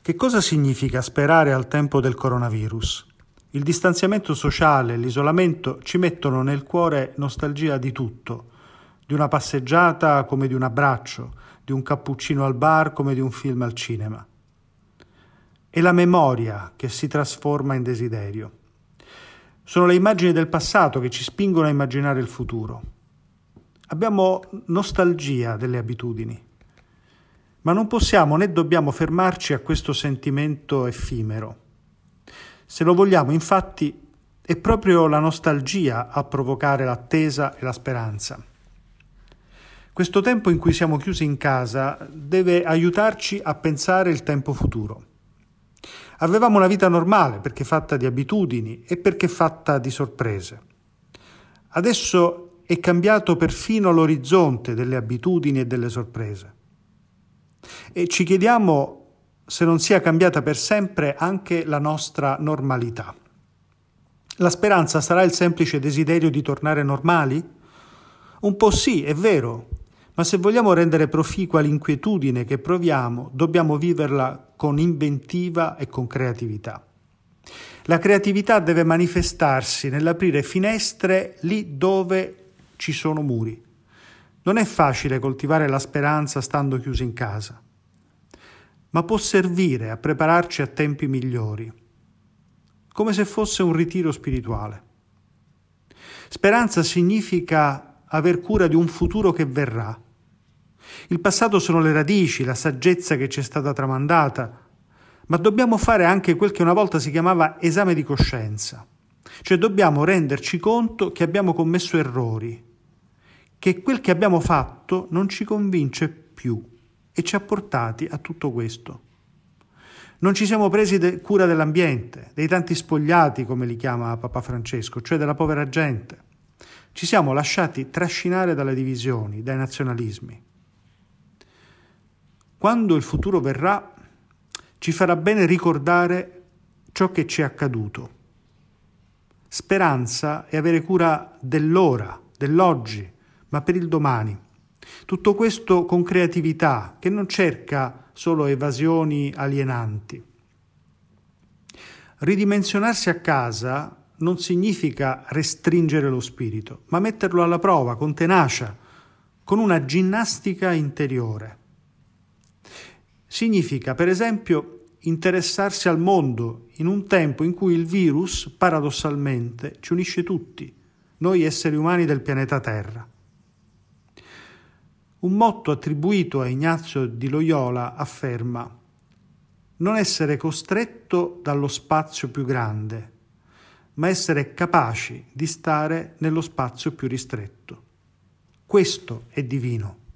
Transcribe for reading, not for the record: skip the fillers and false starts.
Che cosa significa sperare al tempo del coronavirus? Il distanziamento sociale e l'isolamento ci mettono nel cuore nostalgia di tutto, di una passeggiata come di un abbraccio, di un cappuccino al bar come di un film al cinema. È la memoria che si trasforma in desiderio. Sono le immagini del passato che ci spingono a immaginare il futuro. Abbiamo nostalgia delle abitudini, ma non possiamo né dobbiamo fermarci a questo sentimento effimero. Se lo vogliamo, infatti, è proprio la nostalgia a provocare l'attesa e la speranza. Questo tempo in cui siamo chiusi in casa deve aiutarci a pensare il tempo futuro. Avevamo una vita normale perché fatta di abitudini e perché fatta di sorprese. Adesso è cambiato perfino l'orizzonte delle abitudini e delle sorprese. E ci chiediamo se non sia cambiata per sempre anche la nostra normalità. La speranza sarà il semplice desiderio di tornare normali? Un po' sì, è vero, ma se vogliamo rendere proficua l'inquietudine che proviamo, dobbiamo viverla con inventiva e con creatività. La creatività deve manifestarsi nell'aprire finestre lì dove ci sono muri. Non è facile coltivare la speranza stando chiusi in casa, ma può servire a prepararci a tempi migliori, come se fosse un ritiro spirituale. Speranza significa aver cura di un futuro che verrà. Il passato sono le radici, la saggezza che ci è stata tramandata, ma dobbiamo fare anche quel che una volta si chiamava esame di coscienza, cioè dobbiamo renderci conto che abbiamo commesso errori, che quel che abbiamo fatto non ci convince più e ci ha portati a tutto questo. Non ci siamo presi cura dell'ambiente, dei tanti spogliati, come li chiama Papa Francesco, cioè della povera gente. Ci siamo lasciati trascinare dalle divisioni, dai nazionalismi. Quando il futuro verrà, ci farà bene ricordare ciò che ci è accaduto. Speranza è avere cura dell'ora, dell'oggi, ma per il domani. Tutto questo con creatività, che non cerca solo evasioni alienanti. Ridimensionarsi a casa non significa restringere lo spirito, ma metterlo alla prova con tenacia, con una ginnastica interiore. Significa, per esempio, interessarsi al mondo in un tempo in cui il virus, paradossalmente, ci unisce tutti, noi esseri umani del pianeta Terra. Un motto attribuito a Ignazio di Loyola afferma: non essere costretto dallo spazio più grande, ma essere capaci di stare nello spazio più ristretto. Questo è divino.